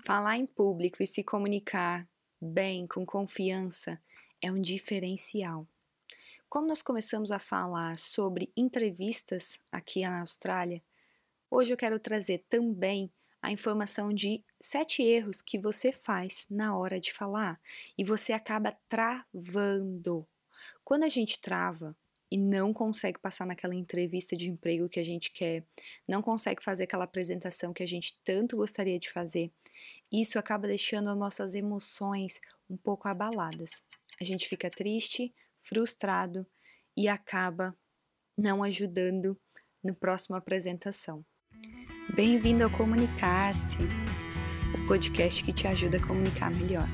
Falar em público e se comunicar bem, com confiança, é um diferencial. Como nós começamos a falar sobre entrevistas aqui na Austrália, hoje eu quero trazer também a informação de 7 erros que você faz na hora de falar e você acaba travando. Quando a gente trava e não consegue passar naquela entrevista de emprego que a gente quer, não consegue fazer aquela apresentação que a gente tanto gostaria de fazer, isso acaba deixando as nossas emoções um pouco abaladas. A gente fica triste, frustrado e acaba não ajudando na próxima apresentação. Bem-vindo ao Comunicar-se, o podcast que te ajuda a comunicar melhor.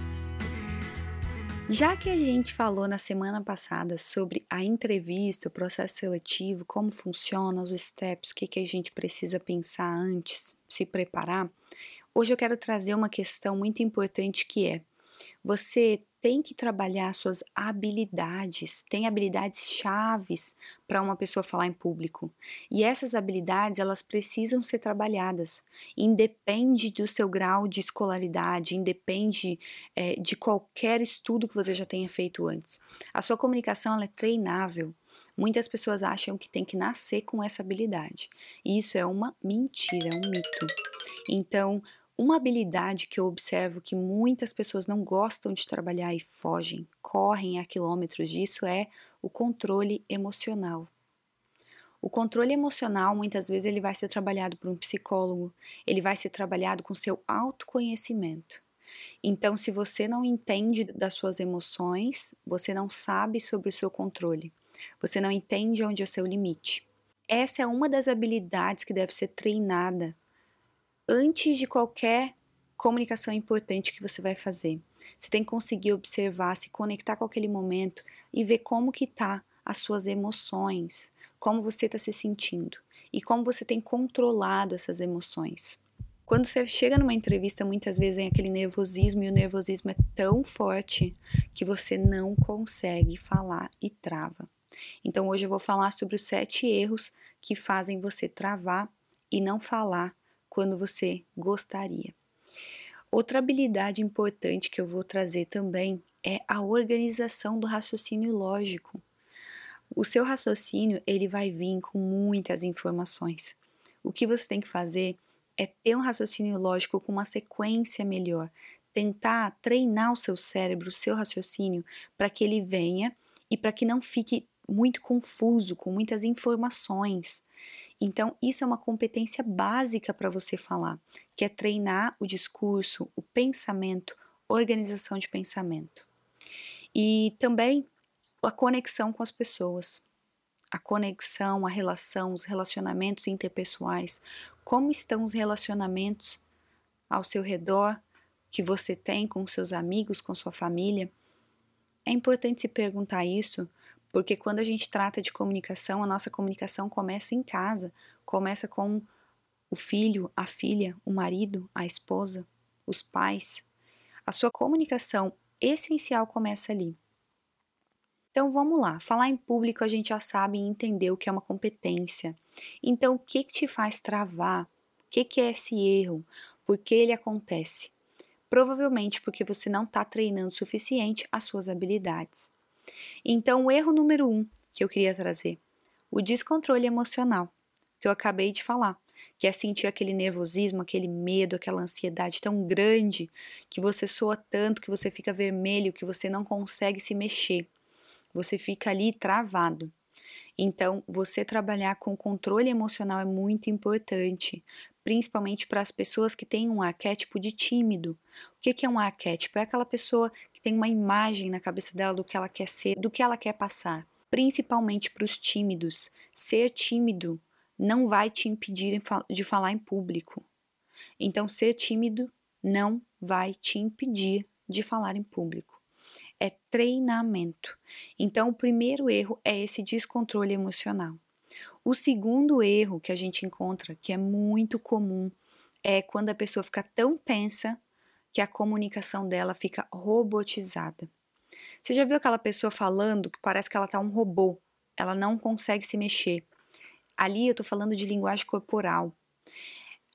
Já que a gente falou na semana passada sobre a entrevista, o processo seletivo, como funciona, os steps, o que a gente precisa pensar antes, se preparar, hoje eu quero trazer uma questão muito importante que é: você tem que trabalhar suas habilidades, tem habilidades chaves para uma pessoa falar em público. E essas habilidades, elas precisam ser trabalhadas. Independe do seu grau de escolaridade, independe de qualquer estudo que você já tenha feito antes. A sua comunicação, ela é treinável. Muitas pessoas acham que tem que nascer com essa habilidade. E isso é uma mentira, é um mito. Então, uma habilidade que eu observo que muitas pessoas não gostam de trabalhar e fogem, correm a quilômetros disso é o controle emocional. O controle emocional, muitas vezes, ele vai ser trabalhado por um psicólogo, ele vai ser trabalhado com seu autoconhecimento. Então, se você não entende das suas emoções, você não sabe sobre o seu controle, você não entende onde é o seu limite. Essa é uma das habilidades que deve ser treinada antes de qualquer comunicação importante que você vai fazer. Você tem que conseguir observar, se conectar com aquele momento e ver como que tá as suas emoções, como você está se sentindo e como você tem controlado essas emoções. Quando você chega numa entrevista, muitas vezes vem aquele nervosismo e o nervosismo é tão forte que você não consegue falar e trava. Então hoje eu vou falar sobre os 7 erros que fazem você travar e não falar quando você gostaria. Outra habilidade importante que eu vou trazer também é a organização do raciocínio lógico. O seu raciocínio, ele vai vir com muitas informações. O que você tem que fazer é ter um raciocínio lógico com uma sequência melhor. Tentar treinar o seu cérebro, o seu raciocínio, para que ele venha e para que não fique muito confuso, com muitas informações. Então, isso é uma competência básica para você falar, que é treinar o discurso, o pensamento, organização de pensamento. E também a conexão com as pessoas. A conexão, a relação, os relacionamentos interpessoais. Como estão os relacionamentos ao seu redor, que você tem com seus amigos, com sua família? É importante se perguntar isso, porque quando a gente trata de comunicação, a nossa comunicação começa em casa, começa com o filho, a filha, o marido, a esposa, os pais. A sua comunicação essencial começa ali. Então vamos lá, falar em público a gente já sabe e entendeu o que é uma competência. Então o que te faz travar? O que é esse erro? Por que ele acontece? Provavelmente porque você não está treinando o suficiente as suas habilidades. Então, o erro número 1 que eu queria trazer, o descontrole emocional, que eu acabei de falar, que é sentir aquele nervosismo, aquele medo, aquela ansiedade tão grande, que você soa tanto, que você fica vermelho, que você não consegue se mexer, você fica ali travado. Então, você trabalhar com controle emocional é muito importante, principalmente para as pessoas que têm um arquétipo de tímido. O que é um arquétipo? É aquela pessoa que tem uma imagem na cabeça dela do que ela quer ser, do que ela quer passar. Principalmente para os tímidos. Ser tímido não vai te impedir de falar em público. Então, ser tímido não vai te impedir de falar em público. É treinamento. Então, o primeiro erro é esse descontrole emocional. O segundo erro que a gente encontra, que é muito comum, é quando a pessoa fica tão tensa que a comunicação dela fica robotizada. Você já viu aquela pessoa falando que parece que ela tá um robô? Ela não consegue se mexer. Ali eu tô falando de linguagem corporal.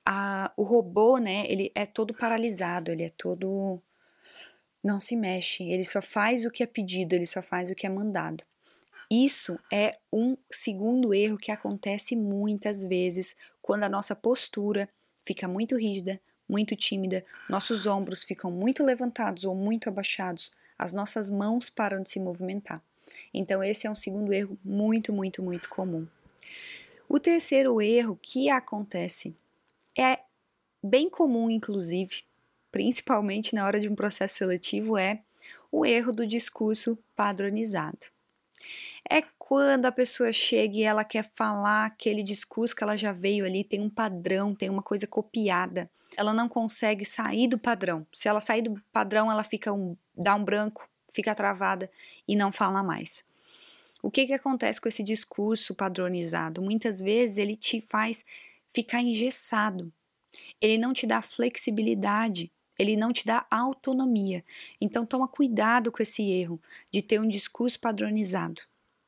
O robô, né, ele é todo paralisado, ele é todo... não se mexe, ele só faz o que é pedido, ele só faz o que é mandado. Isso é um segundo erro que acontece muitas vezes quando a nossa postura fica muito rígida, muito tímida, nossos ombros ficam muito levantados ou muito abaixados, as nossas mãos param de se movimentar. Então esse é um segundo erro muito, muito, muito comum. O terceiro erro que acontece é bem comum, inclusive, principalmente na hora de um processo seletivo, é o erro do discurso padronizado. É quando a pessoa chega e ela quer falar aquele discurso que ela já veio ali, tem um padrão, tem uma coisa copiada. Ela não consegue sair do padrão. Se ela sair do padrão, ela dá um branco, fica travada e não fala mais. O que acontece com esse discurso padronizado? Muitas vezes ele te faz ficar engessado. Ele não te dá flexibilidade, ele não te dá autonomia. Então toma cuidado com esse erro de ter um discurso padronizado.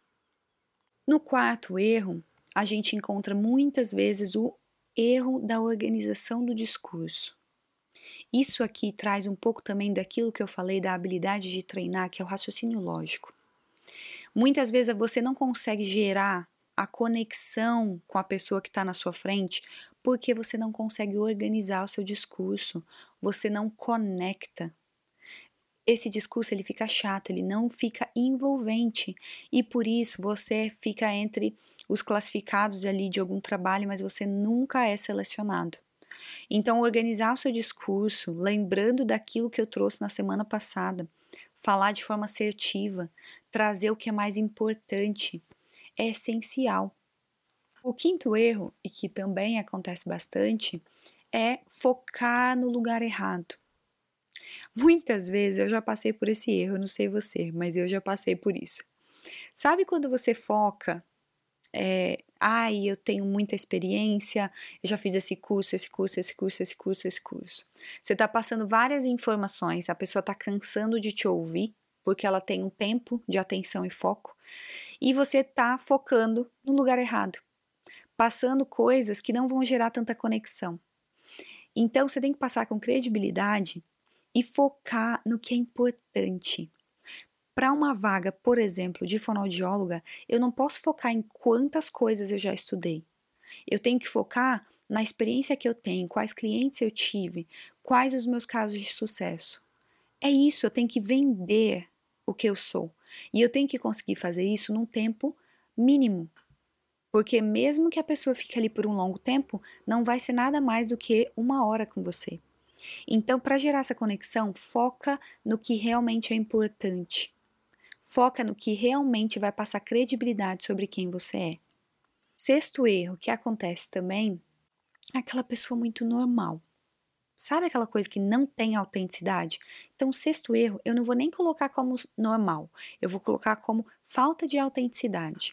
No quarto erro, a gente encontra muitas vezes o erro da organização do discurso. Isso aqui traz um pouco também daquilo que eu falei da habilidade de treinar, que é o raciocínio lógico. Muitas vezes você não consegue gerar a conexão com a pessoa que está na sua frente porque você não consegue organizar o seu discurso, você não conecta. Esse discurso ele fica chato, ele não fica envolvente e por isso você fica entre os classificados ali de algum trabalho, mas você nunca é selecionado. Então, organizar o seu discurso, lembrando daquilo que eu trouxe na semana passada, falar de forma assertiva, trazer o que é mais importante, é essencial. O quinto erro, e que também acontece bastante, é focar no lugar errado. Muitas vezes eu já passei por esse erro, eu não sei você, mas eu já passei por isso. Sabe quando você foca, eu tenho muita experiência, eu já fiz esse curso, esse curso, esse curso, esse curso, esse curso. Você está passando várias informações, a pessoa está cansando de te ouvir, porque ela tem um tempo de atenção e foco, e você está focando no lugar errado, passando coisas que não vão gerar tanta conexão. Então você tem que passar com credibilidade e focar no que é importante. Para uma vaga, por exemplo, de fonoaudióloga, eu não posso focar em quantas coisas eu já estudei. Eu tenho que focar na experiência que eu tenho, quais clientes eu tive, quais os meus casos de sucesso. É isso, eu tenho que vender o que eu sou. E eu tenho que conseguir fazer isso num tempo mínimo. Porque mesmo que a pessoa fique ali por um longo tempo, não vai ser nada mais do que 1 hora com você. Então, para gerar essa conexão, foca no que realmente é importante. Foca no que realmente vai passar credibilidade sobre quem você é. Sexto erro que acontece também é aquela pessoa muito normal. Sabe aquela coisa que não tem autenticidade? Então, o sexto erro eu não vou nem colocar como normal, eu vou colocar como falta de autenticidade.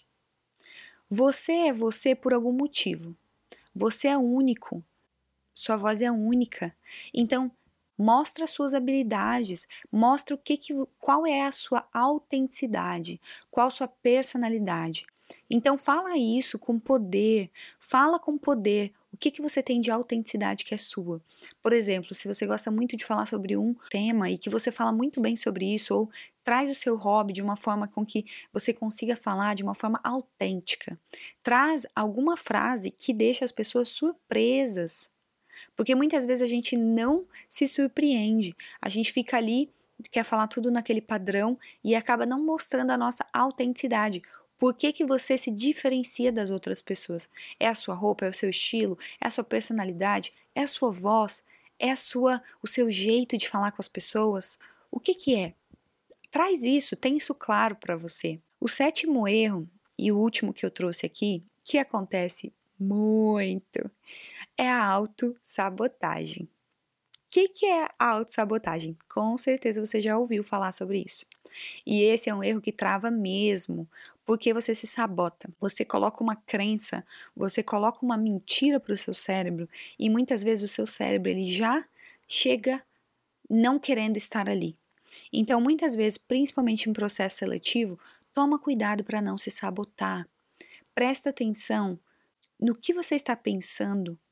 Você é você por algum motivo. Você é único. Sua voz é única. Então, mostra suas habilidades, mostra qual é a sua autenticidade, qual a sua personalidade. Então, fala isso com poder, fala com poder. O que você tem de autenticidade que é sua? Por exemplo, se você gosta muito de falar sobre um tema e que você fala muito bem sobre isso, ou traz o seu hobby de uma forma com que você consiga falar de uma forma autêntica. Traz alguma frase que deixa as pessoas surpresas. Porque muitas vezes a gente não se surpreende, a gente fica ali, quer falar tudo naquele padrão e acaba não mostrando a nossa autenticidade. Por que você se diferencia das outras pessoas? É a sua roupa, é o seu estilo, é a sua personalidade, é a sua voz, é o seu jeito de falar com as pessoas? O que é? Traz isso, tem isso claro para você. O sétimo erro, e o último que eu trouxe aqui, que acontece muito, é a autossabotagem. O que é a autossabotagem? Com certeza você já ouviu falar sobre isso. E esse é um erro que trava mesmo, porque você se sabota. Você coloca uma crença, você coloca uma mentira para o seu cérebro e muitas vezes o seu cérebro ele já chega não querendo estar ali. Então, muitas vezes, principalmente em processo seletivo, toma cuidado para não se sabotar. Presta atenção no que você está pensando,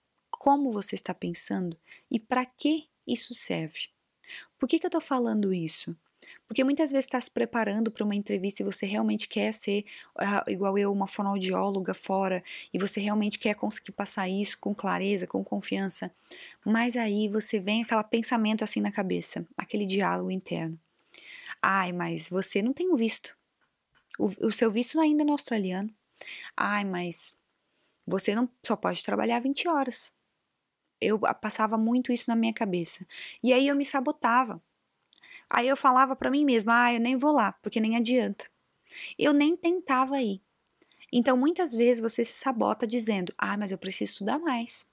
como você está pensando e para que isso serve. Por que eu estou falando isso? Porque muitas vezes está se preparando para uma entrevista e você realmente quer ser, igual eu, uma fonoaudióloga fora, e você realmente quer conseguir passar isso com clareza, com confiança, mas aí você vem aquele pensamento assim na cabeça, aquele diálogo interno. Ai, mas você não tem um visto. O seu visto ainda não é australiano. Ai, mas você não só pode trabalhar 20 horas. Eu passava muito isso na minha cabeça. E aí eu me sabotava. Aí eu falava pra mim mesma, eu nem vou lá, porque nem adianta. Eu nem tentava ir. Então, muitas vezes você se sabota dizendo, mas eu preciso estudar mais.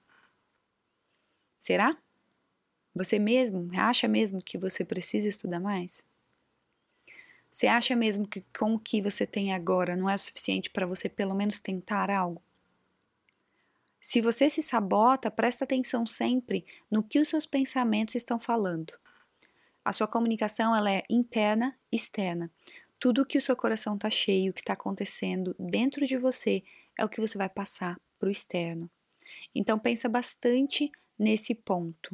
Será? Você mesmo acha mesmo que você precisa estudar mais? Você acha mesmo que com o que você tem agora não é o suficiente para você pelo menos tentar algo? Se você se sabota, presta atenção sempre no que os seus pensamentos estão falando. A sua comunicação ela é interna e externa. Tudo que o seu coração está cheio, que está acontecendo dentro de você, é o que você vai passar para o externo. Então pensa bastante nesse ponto.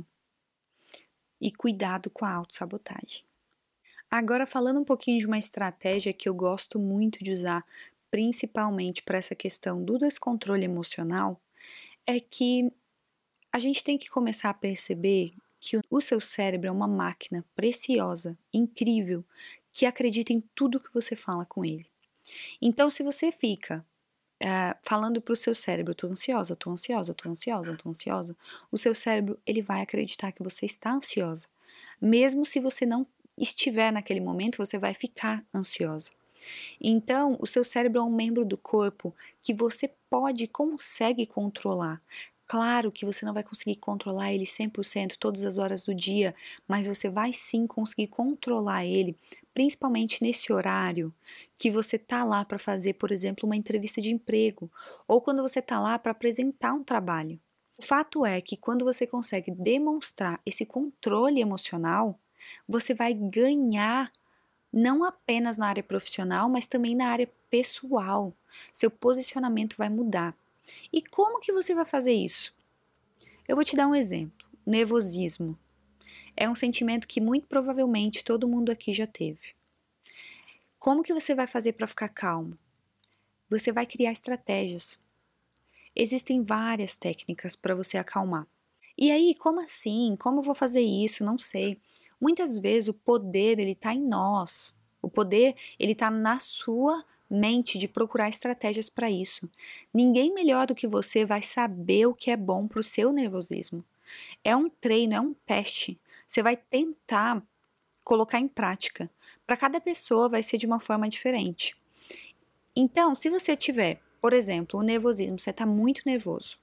E cuidado com a autossabotagem. Agora falando um pouquinho de uma estratégia que eu gosto muito de usar, principalmente para essa questão do descontrole emocional, é que a gente tem que começar a perceber que o seu cérebro é uma máquina preciosa, incrível, que acredita em tudo que você fala com ele. Então, se você fica falando para o seu cérebro, tô ansiosa, tô ansiosa, tô ansiosa, tô ansiosa, o seu cérebro ele vai acreditar que você está ansiosa. Mesmo se você não estiver naquele momento, você vai ficar ansiosa. Então, o seu cérebro é um membro do corpo que você consegue controlar. Claro que você não vai conseguir controlar ele 100% todas as horas do dia, mas você vai sim conseguir controlar ele, principalmente nesse horário que você tá lá para fazer, por exemplo, uma entrevista de emprego, ou quando você tá lá para apresentar um trabalho. O fato é que quando você consegue demonstrar esse controle emocional, você vai ganhar não apenas na área profissional, mas também na área pessoal. Seu posicionamento vai mudar. E como que você vai fazer isso? Eu vou te dar um exemplo. Nervosismo. É um sentimento que muito provavelmente todo mundo aqui já teve. Como que você vai fazer para ficar calmo? Você vai criar estratégias. Existem várias técnicas para você acalmar. E aí, como assim? Como eu vou fazer isso? Não sei. Muitas vezes o poder ele está em nós. O poder ele está na sua mente de procurar estratégias para isso. Ninguém melhor do que você vai saber o que é bom para o seu nervosismo. É um treino, é um teste. Você vai tentar colocar em prática. Para cada pessoa vai ser de uma forma diferente. Então, se você tiver, por exemplo, o nervosismo, você está muito nervoso.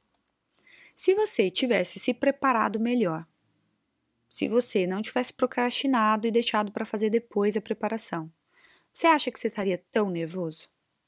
Se você tivesse se preparado melhor, se você não tivesse procrastinado e deixado para fazer depois a preparação, você acha que você estaria tão nervoso?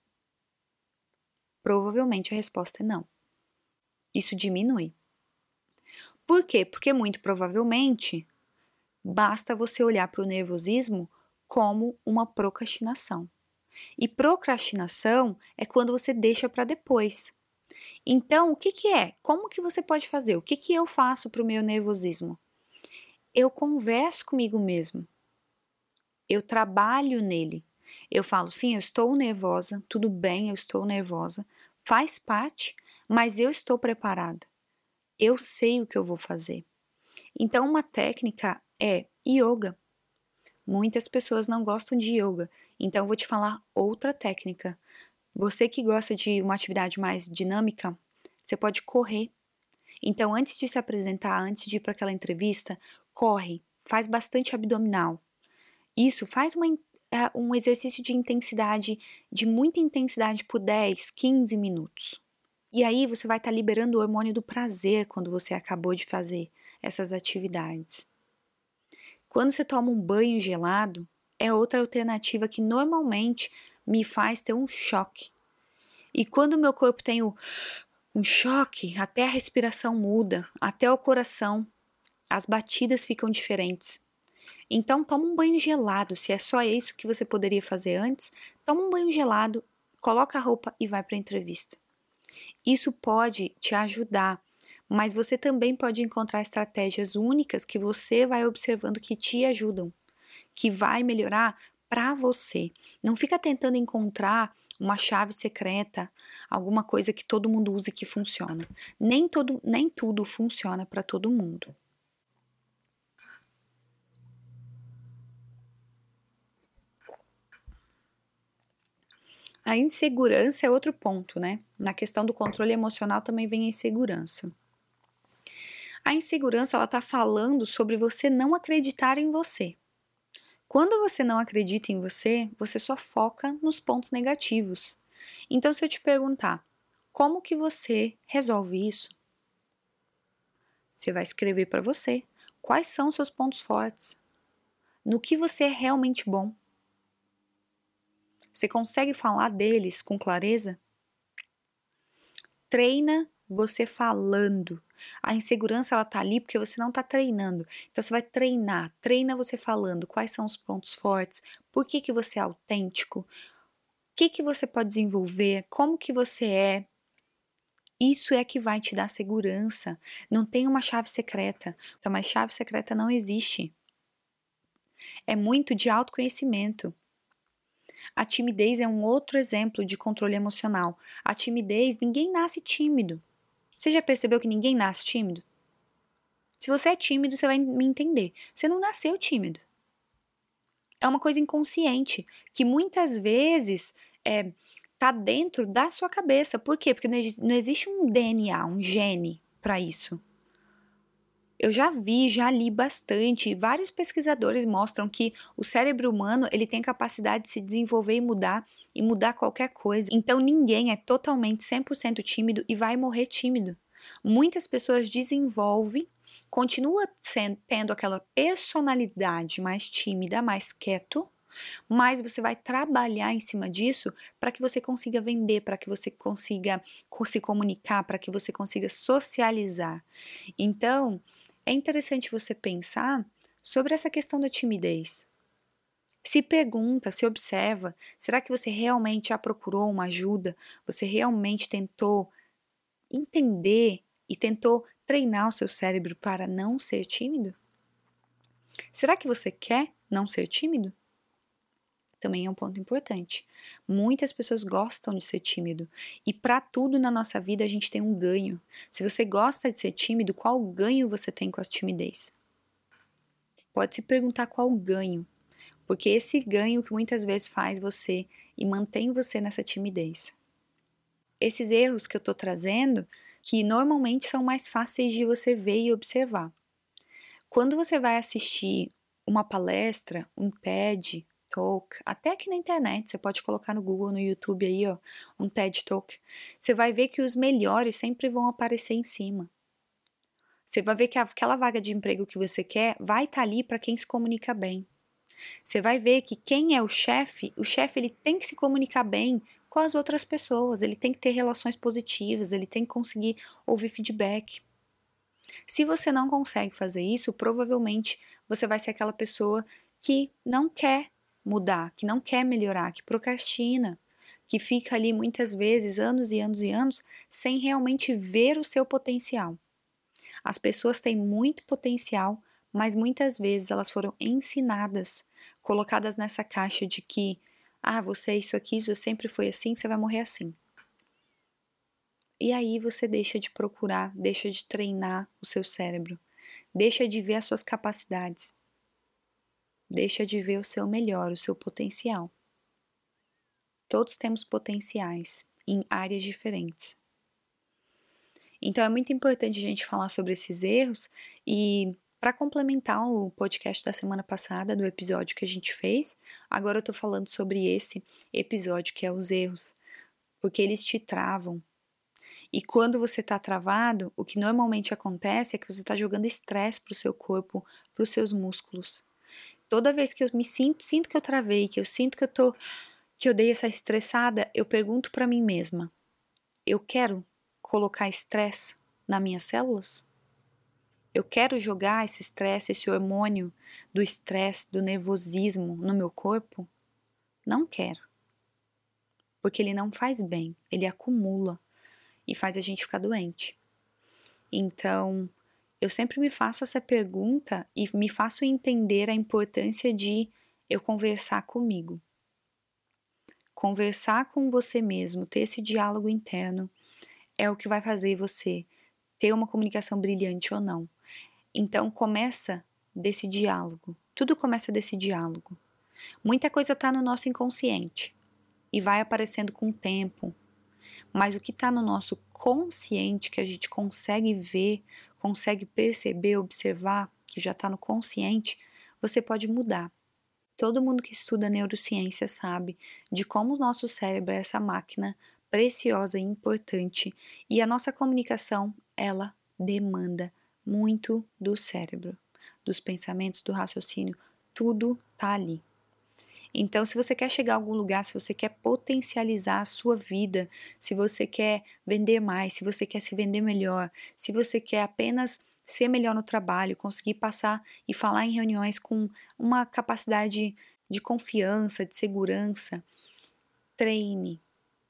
Provavelmente a resposta é não. Isso diminui. Por quê? Porque muito provavelmente basta você olhar para o nervosismo como uma procrastinação. E procrastinação é quando você deixa para depois. Então, o que é? Como que você pode fazer? O que eu faço para o meu nervosismo? Eu converso comigo mesmo. Eu trabalho nele. Eu falo, sim, eu estou nervosa, tudo bem, eu estou nervosa, faz parte, mas eu estou preparada. Eu sei o que eu vou fazer. Então, uma técnica é yoga. Muitas pessoas não gostam de yoga, então eu vou te falar outra técnica. Você que gosta de uma atividade mais dinâmica, você pode correr. Então, antes de se apresentar, antes de ir para aquela entrevista, corre, faz bastante abdominal. Isso, faz um exercício de intensidade, de muita intensidade por 10, 15 minutos. E aí você vai estar liberando o hormônio do prazer quando você acabou de fazer essas atividades. Quando você toma um banho gelado, é outra alternativa que normalmente me faz ter um choque. E quando o meu corpo tem um choque, até a respiração muda, até o coração, as batidas ficam diferentes. Então toma um banho gelado, se é só isso que você poderia fazer antes, toma um banho gelado, coloca a roupa e vai para a entrevista. Isso pode te ajudar, Mas você também pode encontrar estratégias únicas que você vai observando que te ajudam, que vai melhorar para você. Não fica tentando encontrar uma chave secreta, alguma coisa que todo mundo use que funciona. Nem tudo funciona para todo mundo. A insegurança é outro ponto, né? Na questão do controle emocional também vem a insegurança. A insegurança, ela tá falando sobre você não acreditar em você. Quando você não acredita em você, você só foca nos pontos negativos. Então, se eu te perguntar, como que você resolve isso? Você vai escrever para você quais são os seus pontos fortes, no que você é realmente bom. Você consegue falar deles com clareza? Treina você falando. A insegurança, ela tá ali porque você não tá treinando. Então você vai treinar, treina você falando quais são os pontos fortes, por que que você é autêntico, o que que você pode desenvolver, como que você é. Isso é que vai te dar segurança. Não tem uma chave secreta. Então, mas chave secreta não existe. É muito de autoconhecimento. A timidez é um outro exemplo de controle emocional. A timidez, ninguém nasce tímido. Você já percebeu que ninguém nasce tímido? Se você é tímido, você vai me entender. Você não nasceu tímido. É uma coisa inconsciente, que muitas vezes tá dentro da sua cabeça. Por quê? Porque não existe um DNA, um gene para isso. Eu já li bastante, vários pesquisadores mostram que o cérebro humano, ele tem capacidade de se desenvolver e mudar qualquer coisa. Então ninguém é totalmente 100% tímido e vai morrer tímido. Muitas pessoas desenvolvem, continua tendo aquela personalidade mais tímida, mais quieto, mas você vai trabalhar em cima disso para que você consiga vender, para que você consiga se comunicar, para que você consiga socializar. Então, é interessante você pensar sobre essa questão da timidez. Se pergunta, se observa, será que você realmente já procurou uma ajuda? Você realmente tentou entender e tentou treinar o seu cérebro para não ser tímido? Será que você quer não ser tímido? Também é um ponto importante. Muitas pessoas gostam de ser tímido e para tudo na nossa vida a gente tem um ganho. Se você gosta de ser tímido, qual ganho você tem com a timidez? Pode se perguntar qual ganho, porque esse ganho que muitas vezes faz você e mantém você nessa timidez. Esses erros que eu estou trazendo, que normalmente são mais fáceis de você ver e observar. Quando você vai assistir uma palestra, um TED Talk, até aqui na internet, você pode colocar no Google, no YouTube aí, ó, um TED Talk, você vai ver que os melhores sempre vão aparecer em cima. Você vai ver que aquela vaga de emprego que você quer vai estar ali para quem se comunica bem. Você vai ver que quem é o chefe ele tem que se comunicar bem com as outras pessoas, ele tem que ter relações positivas, ele tem que conseguir ouvir feedback. Se você não consegue fazer isso, provavelmente você vai ser aquela pessoa que não quer mudar, que não quer melhorar, que procrastina, que fica ali muitas vezes anos e anos e anos sem realmente ver o seu potencial. As pessoas têm muito potencial, mas muitas vezes elas foram ensinadas, colocadas nessa caixa de que, você é isso aqui, isso sempre foi assim, você vai morrer assim. E aí você deixa de procurar, deixa de treinar o seu cérebro, deixa de ver as suas capacidades, deixa de ver o seu melhor, o seu potencial. Todos temos potenciais em áreas diferentes. Então é muito importante a gente falar sobre esses erros e para complementar o podcast da semana passada, do episódio que a gente fez, agora eu tô falando sobre esse episódio que é os erros, porque eles te travam. E quando você tá travado, o que normalmente acontece é que você tá jogando estresse pro seu corpo, pros seus músculos. Toda vez que eu me sinto que eu travei, que eu sinto que eu dei essa estressada, eu pergunto para mim mesma: eu quero colocar estresse nas minhas células? Eu quero jogar esse estresse, esse hormônio do estresse, do nervosismo no meu corpo? Não quero. Porque ele não faz bem, ele acumula e faz a gente ficar doente. Então, eu sempre me faço essa pergunta e me faço entender a importância de eu conversar comigo. Conversar com você mesmo, ter esse diálogo interno, é o que vai fazer você ter uma comunicação brilhante ou não. Então, começa desse diálogo. Tudo começa desse diálogo. Muita coisa está no nosso inconsciente e vai aparecendo com o tempo. Mas o que está no nosso consciente, que a gente consegue ver, consegue perceber, observar, que já está no consciente, você pode mudar. Todo mundo que estuda neurociência sabe de como o nosso cérebro é essa máquina preciosa e importante, e a nossa comunicação, ela demanda muito do cérebro, dos pensamentos, do raciocínio, tudo tá ali. Então, se você quer chegar a algum lugar, se você quer potencializar a sua vida, se você quer vender mais, se você quer se vender melhor, se você quer apenas ser melhor no trabalho, conseguir passar e falar em reuniões com uma capacidade de confiança, de segurança, treine.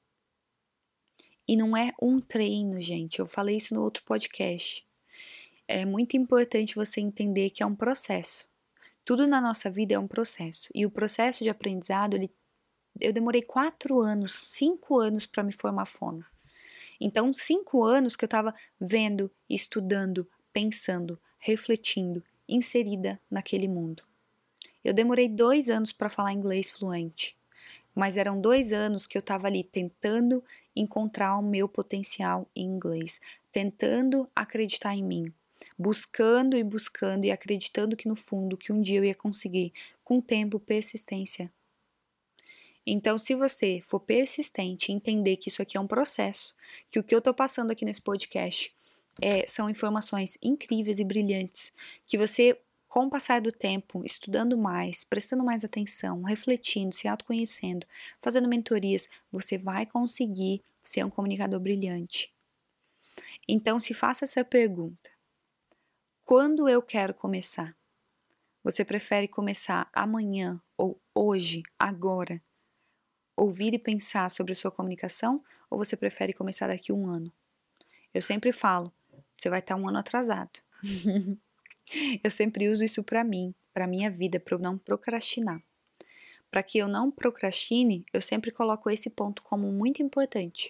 E não é um treino, gente. Eu falei isso no outro podcast. É muito importante você entender que é um processo. Tudo na nossa vida é um processo. E o processo de aprendizado, eu demorei 4 anos, 5 anos para me formar fono. Então, 5 anos que eu estava vendo, estudando, pensando, refletindo, inserida naquele mundo. Eu demorei 2 anos para falar inglês fluente. Mas eram 2 anos que eu estava ali tentando encontrar o meu potencial em inglês, tentando acreditar em mim, buscando e acreditando que no fundo que um dia eu ia conseguir, com tempo, persistência. Então, se você for persistente e entender que isso aqui é um processo, que o que eu estou passando aqui nesse podcast são informações incríveis e brilhantes, que você, com o passar do tempo, estudando mais, prestando mais atenção, refletindo, se autoconhecendo, fazendo mentorias, você vai conseguir ser um comunicador brilhante. Então, se faça essa pergunta: quando eu quero começar? Você prefere começar amanhã ou hoje, agora? Ouvir e pensar sobre a sua comunicação, ou você prefere começar daqui a 1 ano? Eu sempre falo, você vai estar 1 ano atrasado. Eu sempre uso isso para mim, para minha vida, para eu não procrastinar. Para que eu não procrastine, eu sempre coloco esse ponto como muito importante.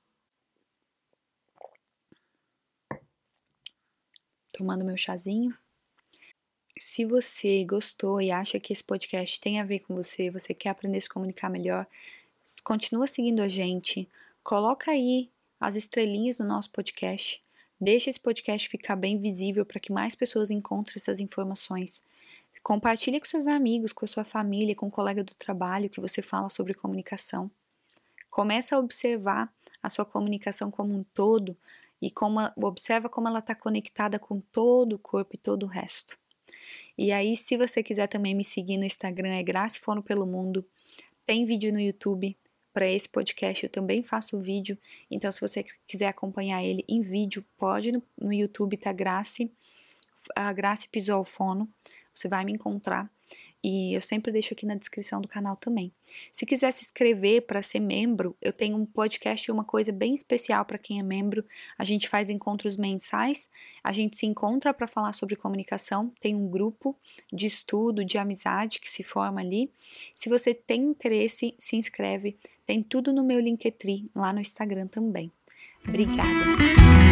Tomando meu chazinho. Se você gostou e acha que esse podcast tem a ver com você, você quer aprender a se comunicar melhor, continua seguindo a gente, coloca aí as estrelinhas no nosso podcast, deixa esse podcast ficar bem visível para que mais pessoas encontrem essas informações. Compartilhe com seus amigos, com a sua família, com o colega do trabalho que você fala sobre comunicação. Começa a observar a sua comunicação como um todo e observa como ela está conectada com todo o corpo e todo o resto. E aí, se você quiser também me seguir no Instagram, é Grace Fono pelo Mundo. Tem vídeo no YouTube. Para esse podcast eu também faço vídeo. Então, se você quiser acompanhar ele em vídeo, pode no YouTube, tá a Grace Pisou Fono. Você vai me encontrar. E eu sempre deixo aqui na descrição do canal também. Se quiser se inscrever para ser membro, eu tenho um podcast e uma coisa bem especial para quem é membro. A gente faz encontros mensais, a gente se encontra para falar sobre comunicação, tem um grupo de estudo, de amizade que se forma ali. Se você tem interesse, se inscreve. Tem tudo no meu Linktree, lá no Instagram também. Obrigada!